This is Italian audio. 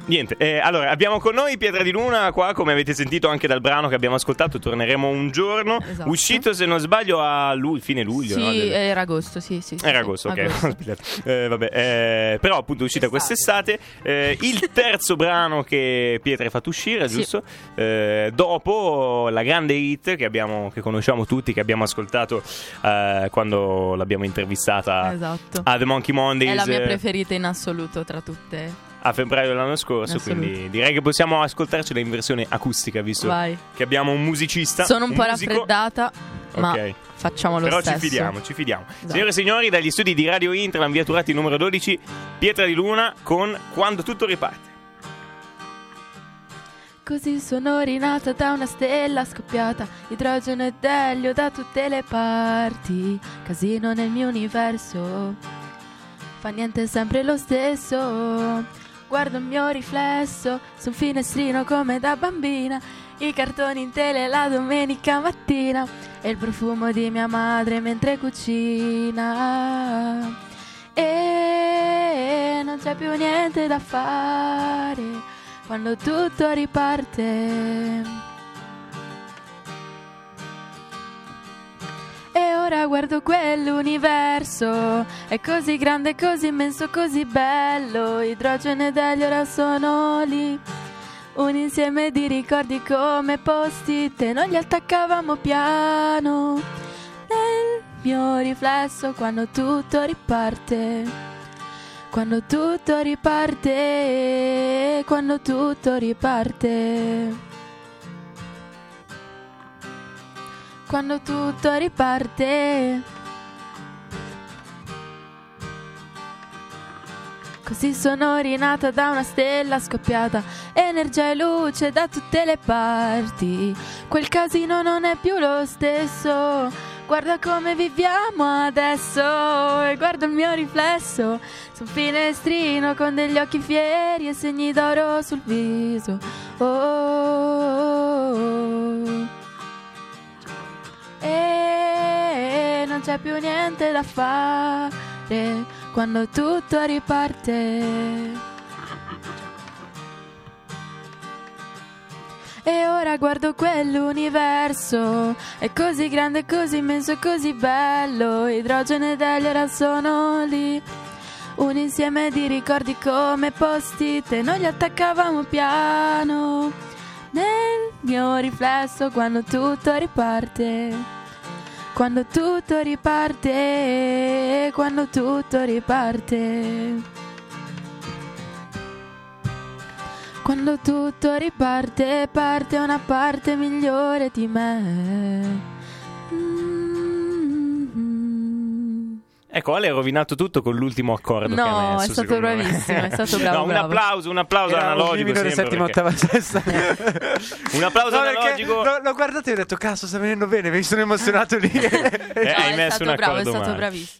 Niente, allora abbiamo con noi Pietra di Luna qua, come avete sentito anche dal brano che abbiamo ascoltato, torneremo un giorno, Esatto. Uscito se non sbaglio a fine luglio, Sì, no? era agosto, sì. Era agosto, ok. Agosto. Però appunto è uscita quest'estate, il terzo brano che Pietra ha fatto uscire, Sì. giusto? Dopo la grande hit che conosciamo tutti, che abbiamo ascoltato quando l'abbiamo intervistata Esatto. a The Monkey Mondays. È la mia preferita in assoluto tra tutte. A febbraio dell'anno scorso, quindi direi che possiamo ascoltarcela in versione acustica, visto Vai. che abbiamo un musicista. Sono un po' musico. raffreddata, ma Ok. facciamo lo Però stesso. ci fidiamo. Esatto. Signore e signori, dagli studi di Radio Interland, via Turati numero 12, Pietra di Luna con Quando tutto riparte. Così sono rinata da una stella scoppiata, idrogeno ed elio da tutte le parti, casino nel mio universo, fa niente sempre lo stesso. Guardo il mio riflesso su un finestrino come da bambina, i cartoni in tele la domenica mattina e il profumo di mia madre mentre cucina. E non c'è più niente da fare quando tutto riparte. E ora guardo quell'universo, è così grande, così immenso, così bello. Idrogeno ed elio ora sono lì, un insieme di ricordi come post-it, e noi li attaccavamo piano nel mio riflesso quando tutto riparte. Quando tutto riparte, quando tutto riparte. Quando tutto riparte. Così sono rinata da una stella scoppiata, energia e luce da tutte le parti. Quel casino non è più lo stesso, guarda come viviamo adesso. E guardo il mio riflesso su un finestrino con degli occhi fieri e segni d'oro sul viso. E non c'è più niente da fare quando tutto riparte. E ora guardo quell'universo, è così grande, così immenso, così bello. Idrogeno ed elio ora sono lì, un insieme di ricordi come post-it, e noi li attaccavamo piano nel mio riflesso quando tutto riparte. Quando tutto riparte, quando tutto riparte. Quando tutto riparte, parte una parte migliore di me. Ecco, Ale ha rovinato tutto con l'ultimo accordo che ha No, messo, è stato secondo me. bravissimo, è stato bravo. No, un applauso Era analogico. un minore sempre, settima, perché- ottava, sesta. Un applauso No, perché analogico. l'ho guardato e ho detto, cazzo, sta venendo bene, mi sono emozionato lì. Hai È messo stato un bravo, è accordo stato male. bravissimo.